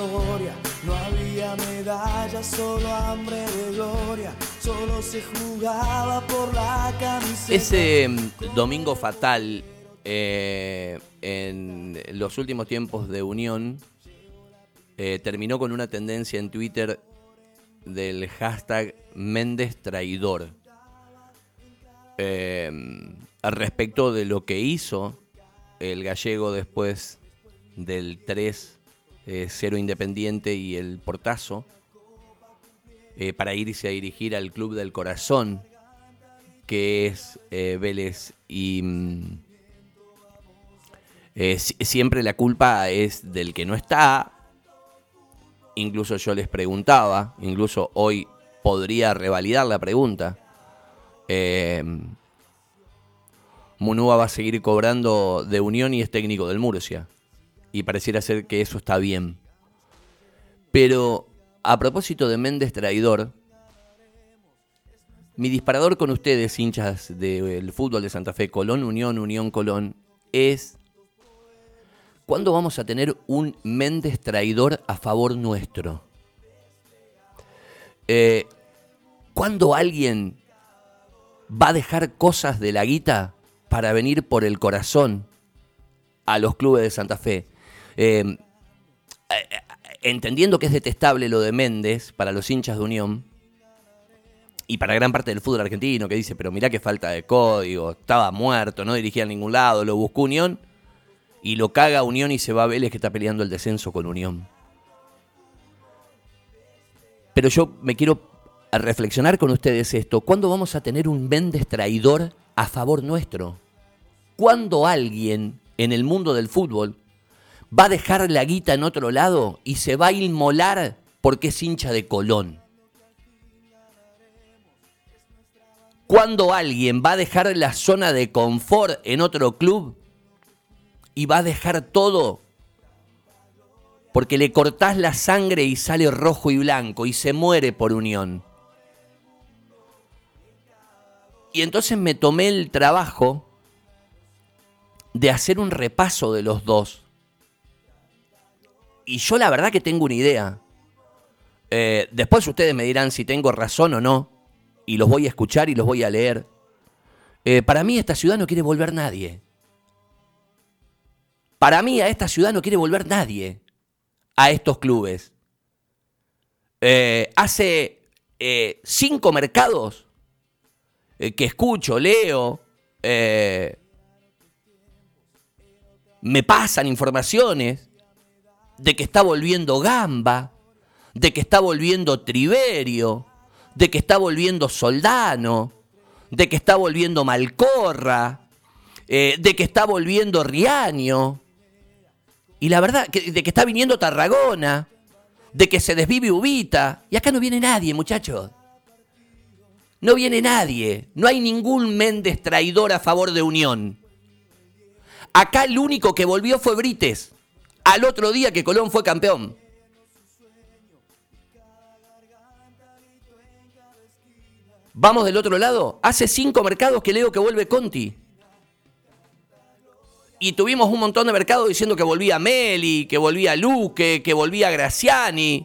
eliminatoria. No había medallas, solo hambre de gloria. Solo se jugaba por la camiseta. Ese domingo fatal en los últimos tiempos de Unión terminó con una tendencia en Twitter del hashtag Méndez Traidor. Al respecto de lo que hizo el gallego después del 3-0 Independiente y el portazo para irse a dirigir al club del corazón, que es Vélez, y siempre la culpa es del que no está. Incluso yo les preguntaba, incluso hoy podría revalidar la pregunta. Munúa va a seguir cobrando de Unión y es técnico del Murcia. Y pareciera ser que eso está bien. Pero a propósito de Méndez Traidor, mi disparador con ustedes, hinchas del fútbol de Santa Fe, Colón, Unión, Colón, es: ¿cuándo vamos a tener un Méndez Traidor a favor nuestro? ¿Cuándo alguien va a dejar cosas de la guita para venir por el corazón a los clubes de Santa Fe? Entendiendo que es detestable lo de Méndez para los hinchas de Unión y para gran parte del fútbol argentino, que dice, pero mirá qué falta de código, estaba muerto, no dirigía a ningún lado, lo buscó Unión y lo caga Unión y se va a Vélez, que está peleando el descenso con Unión. Pero yo me quiero reflexionar con ustedes esto: ¿cuándo vamos a tener un Méndez Traidor a favor nuestro? ¿Cuándo alguien en el mundo del fútbol va a dejar la guita en otro lado y se va a inmolar porque es hincha de Colón? ¿Cuándo alguien va a dejar la zona de confort en otro club y va a dejar todo porque le cortás la sangre y sale rojo y blanco y se muere por Unión? Y entonces me tomé el trabajo de hacer un repaso de los dos. Y yo la verdad que tengo una idea. Después ustedes me dirán si tengo razón o no. Y los voy a escuchar y los voy a leer. Para mí esta ciudad no quiere volver nadie. Para mí a esta ciudad no quiere volver nadie. A estos clubes. Hace 5 mercados que escucho, leo, me pasan informaciones de que está volviendo Gamba, de que está volviendo Triverio, de que está volviendo Soldano, de que está volviendo Malcorra, de que está volviendo Riaño, y la verdad, de que está viniendo Tarragona, de que se desvive Ubita, y acá no viene nadie, muchachos. No viene nadie, no hay ningún Méndez Traidor a favor de Unión. Acá el único que volvió fue Brites, al otro día que Colón fue campeón. Vamos del otro lado, hace 5 mercados que leo que vuelve Conti. Y tuvimos un montón de mercados diciendo que volvía Meli, que volvía Luque, que volvía Graciani.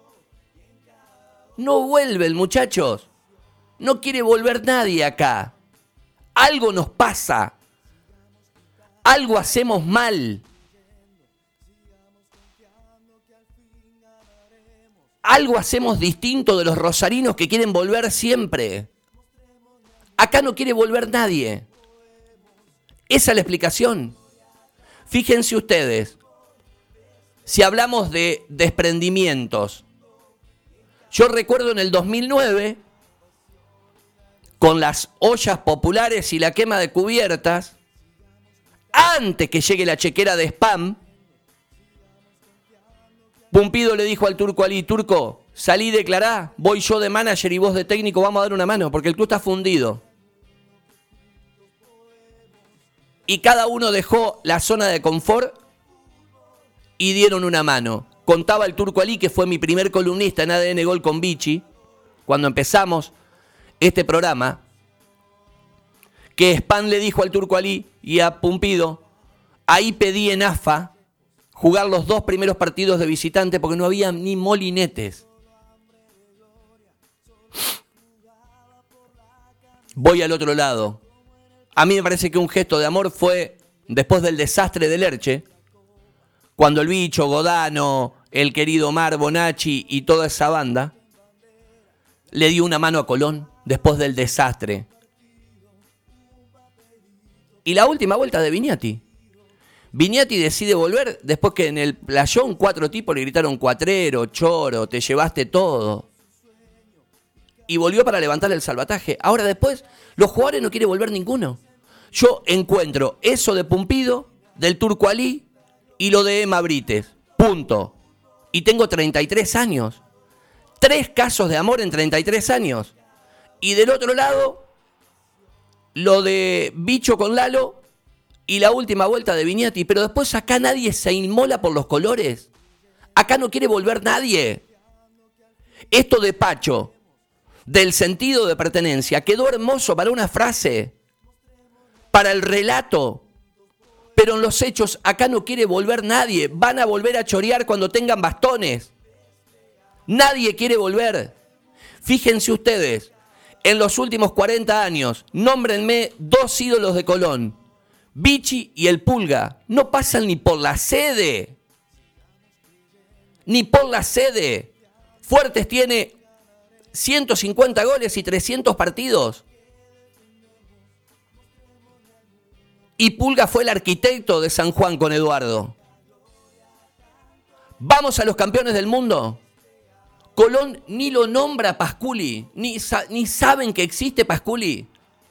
No vuelven, muchachos. No quiere volver nadie acá. Algo nos pasa. Algo hacemos mal. Algo hacemos distinto de los rosarinos que quieren volver siempre. Acá no quiere volver nadie. Esa es la explicación. Fíjense ustedes, si hablamos de desprendimientos, yo recuerdo en el 2009, con las ollas populares y la quema de cubiertas, antes que llegue la chequera de spam, Pumpido le dijo al Turco Ali: Turco, salí y declará, voy yo de manager y vos de técnico, vamos a dar una mano, porque el club está fundido. Y cada uno dejó la zona de confort y dieron una mano. Contaba el Turco Ali, que fue mi primer columnista en ADN Gol con Vichy, cuando empezamos este programa, que Spam le dijo al Turco Ali y a Pumpido: ahí pedí en AFA jugar los 2 primeros partidos de visitante porque no había ni molinetes. Voy al otro lado. A mí me parece que un gesto de amor fue después del desastre del Lerche, cuando el Bicho, Godano, el querido Omar Bonacci y toda esa banda le dio una mano a Colón después del desastre. Y la última vuelta de Viñati. Viñati decide volver después que en el playón 4 tipos le gritaron cuatrero, choro, te llevaste todo. Y volvió para levantar el salvataje. Ahora después, los jugadores no quieren volver ninguno. Yo encuentro eso de Pumpido, del Turco Ali y lo de Emma Brites. Punto. Y tengo 33 años. 3 casos de amor en 33 años. Y del otro lado, lo de Bicho con Lalo y la última vuelta de Viñati. Pero después acá nadie se inmola por los colores. Acá no quiere volver nadie. Esto de Pacho, del sentido de pertenencia, quedó hermoso para una frase, para el relato. Pero en los hechos acá no quiere volver nadie. Van a volver a chorear cuando tengan bastones. Nadie quiere volver. Fíjense ustedes, en los últimos 40 años, nómbrenme 2 ídolos de Colón, Vichy y el Pulga. No pasan ni por la sede. Ni por la sede. Fuertes tiene 150 goles y 300 partidos. Y Pulga fue el arquitecto de San Juan con Eduardo. Vamos a los campeones del mundo. Colón ni lo nombra Pasculi, ni saben que existe Pasculi.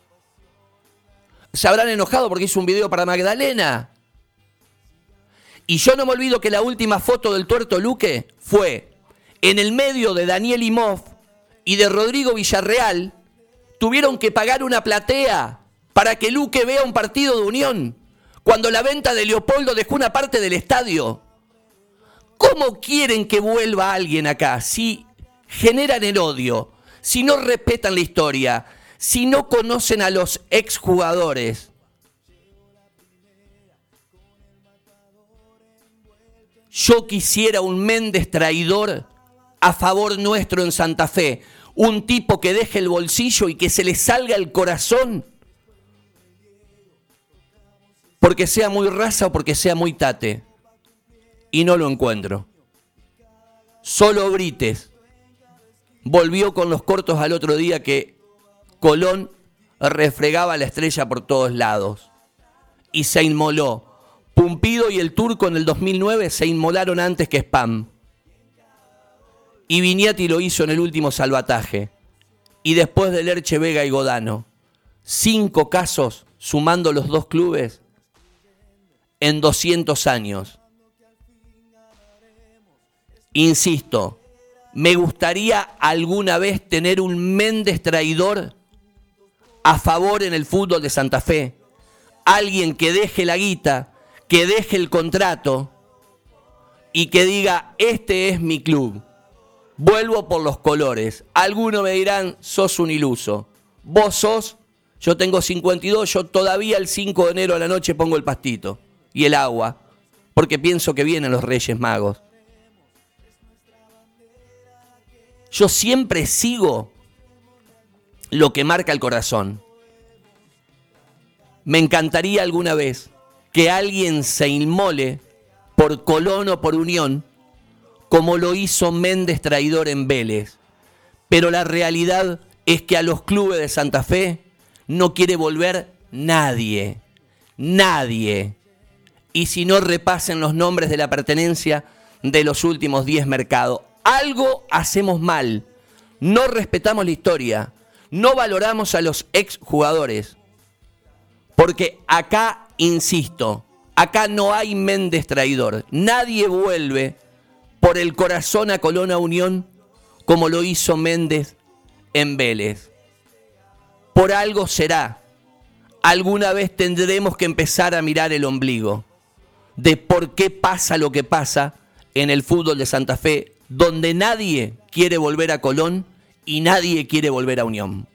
Se habrán enojado porque hizo un video para Magdalena. Y yo no me olvido que la última foto del Tuerto Luque fue en el medio de Daniel Imhoff y de Rodrigo Villarreal. Tuvieron que pagar una platea para que Luque vea un partido de Unión, cuando la venta de Leopoldo dejó una parte del estadio. ¿Cómo quieren que vuelva alguien acá si generan el odio, si no respetan la historia, si no conocen a los exjugadores? Yo quisiera un Méndez traidor a favor nuestro en Santa Fe, un tipo que deje el bolsillo y que se le salga el corazón, porque sea muy raza o porque sea muy tate. Y no lo encuentro. Solo Brites volvió con los cortos al otro día que Colón refregaba la estrella por todos lados. Y se inmoló. Pumpido y el Turco en el 2009 se inmolaron antes que Spam. Y Viñati lo hizo en el último salvataje. Y después de Lerche, Vega y Godano. 5 casos, sumando los 2 clubes, en 200 años. Insisto, me gustaría alguna vez tener un Méndez traidor a favor en el fútbol de Santa Fe. Alguien que deje la guita, que deje el contrato y que diga, este es mi club. Vuelvo por los colores. Algunos me dirán, sos un iluso. Vos sos, yo tengo 52, yo todavía el 5 de enero a la noche pongo el pastito y el agua, porque pienso que vienen los Reyes Magos. Yo siempre sigo lo que marca el corazón. Me encantaría alguna vez que alguien se inmole por Colón o por Unión, como lo hizo Méndez traidor en Vélez. Pero la realidad es que a los clubes de Santa Fe no quiere volver nadie. Nadie. Y si no, repasen los nombres de la pertenencia de los últimos 10 mercados. Algo hacemos mal. No respetamos la historia. No valoramos a los exjugadores. Porque acá, insisto, acá no hay Méndez traidor. Nadie vuelve por el corazón a Colón a Unión como lo hizo Méndez en Vélez. Por algo será. Alguna vez tendremos que empezar a mirar el ombligo de por qué pasa lo que pasa en el fútbol de Santa Fe, donde nadie quiere volver a Colón y nadie quiere volver a Unión.